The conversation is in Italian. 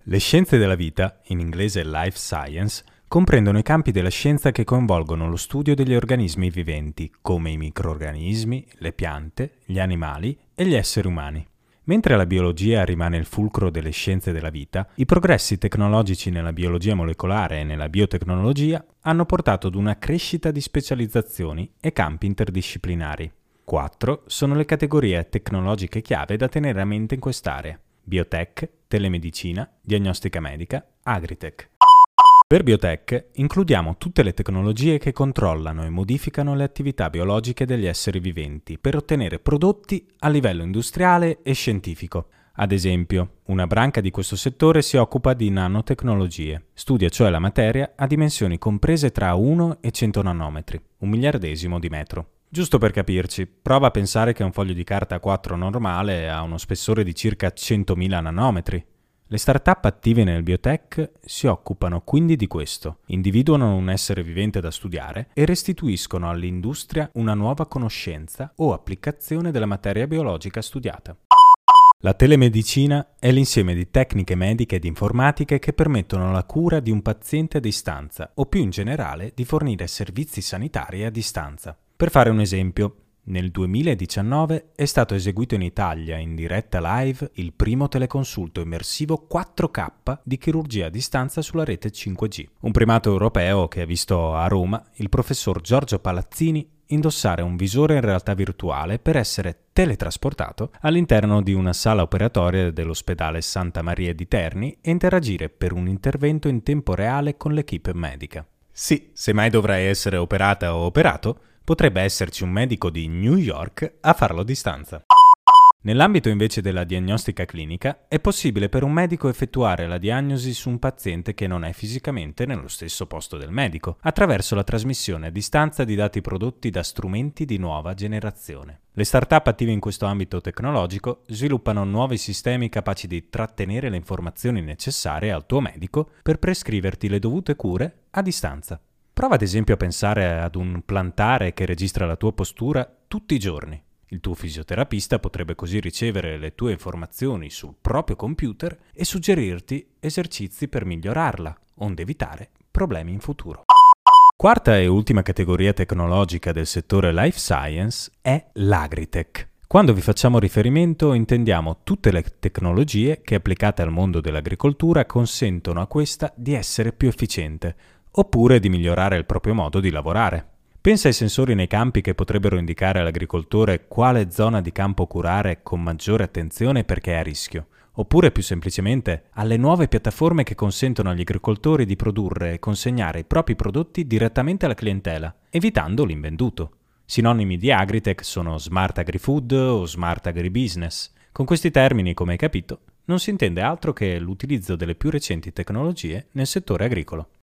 Le scienze della vita, in inglese life science, comprendono i campi della scienza che coinvolgono lo studio degli organismi viventi, come i microrganismi, le piante, gli animali e gli esseri umani. Mentre la biologia rimane il fulcro delle scienze della vita, i progressi tecnologici nella biologia molecolare e nella biotecnologia hanno portato ad una crescita di specializzazioni e campi interdisciplinari. 4 sono le categorie tecnologiche chiave da tenere a mente in quest'area: biotech, telemedicina, diagnostica medica, agritech. Per biotech includiamo tutte le tecnologie che controllano e modificano le attività biologiche degli esseri viventi per ottenere prodotti a livello industriale e scientifico. Ad esempio, una branca di questo settore si occupa di nanotecnologie, studia cioè la materia a dimensioni comprese tra 1 e 100 nanometri, un miliardesimo di metro. Giusto per capirci, prova a pensare che un foglio di carta A4 normale ha uno spessore di circa 100.000 nanometri. Le start-up attive nel biotech si occupano quindi di questo, individuano un essere vivente da studiare e restituiscono all'industria una nuova conoscenza o applicazione della materia biologica studiata. La telemedicina è l'insieme di tecniche mediche ed informatiche che permettono la cura di un paziente a distanza o più in generale di fornire servizi sanitari a distanza. Per fare un esempio, nel 2019 è stato eseguito in Italia, in diretta live, il primo teleconsulto immersivo 4K di chirurgia a distanza sulla rete 5G. Un primato europeo che ha visto a Roma il professor Giorgio Palazzini indossare un visore in realtà virtuale per essere teletrasportato all'interno di una sala operatoria dell'ospedale Santa Maria di Terni e interagire per un intervento in tempo reale con l'equipe medica. Sì, se mai dovrai essere operata o operato, potrebbe esserci un medico di New York a farlo a distanza. Nell'ambito invece della diagnostica clinica, è possibile per un medico effettuare la diagnosi su un paziente che non è fisicamente nello stesso posto del medico, attraverso la trasmissione a distanza di dati prodotti da strumenti di nuova generazione. Le start-up attive in questo ambito tecnologico sviluppano nuovi sistemi capaci di trattenere le informazioni necessarie al tuo medico per prescriverti le dovute cure a distanza. Prova ad esempio a pensare ad un plantare che registra la tua postura tutti i giorni. Il tuo fisioterapista potrebbe così ricevere le tue informazioni sul proprio computer e suggerirti esercizi per migliorarla, onde evitare problemi in futuro. Quarta e ultima categoria tecnologica del settore life science è l'agritech. Quando vi facciamo riferimento intendiamo tutte le tecnologie che applicate al mondo dell'agricoltura consentono a questa di essere più efficiente, oppure di migliorare il proprio modo di lavorare. Pensa ai sensori nei campi che potrebbero indicare all'agricoltore quale zona di campo curare con maggiore attenzione perché è a rischio, oppure più semplicemente alle nuove piattaforme che consentono agli agricoltori di produrre e consegnare i propri prodotti direttamente alla clientela, evitando l'invenduto. Sinonimi di agritech sono smart agri-food o smart agribusiness. Con questi termini, come hai capito, non si intende altro che l'utilizzo delle più recenti tecnologie nel settore agricolo.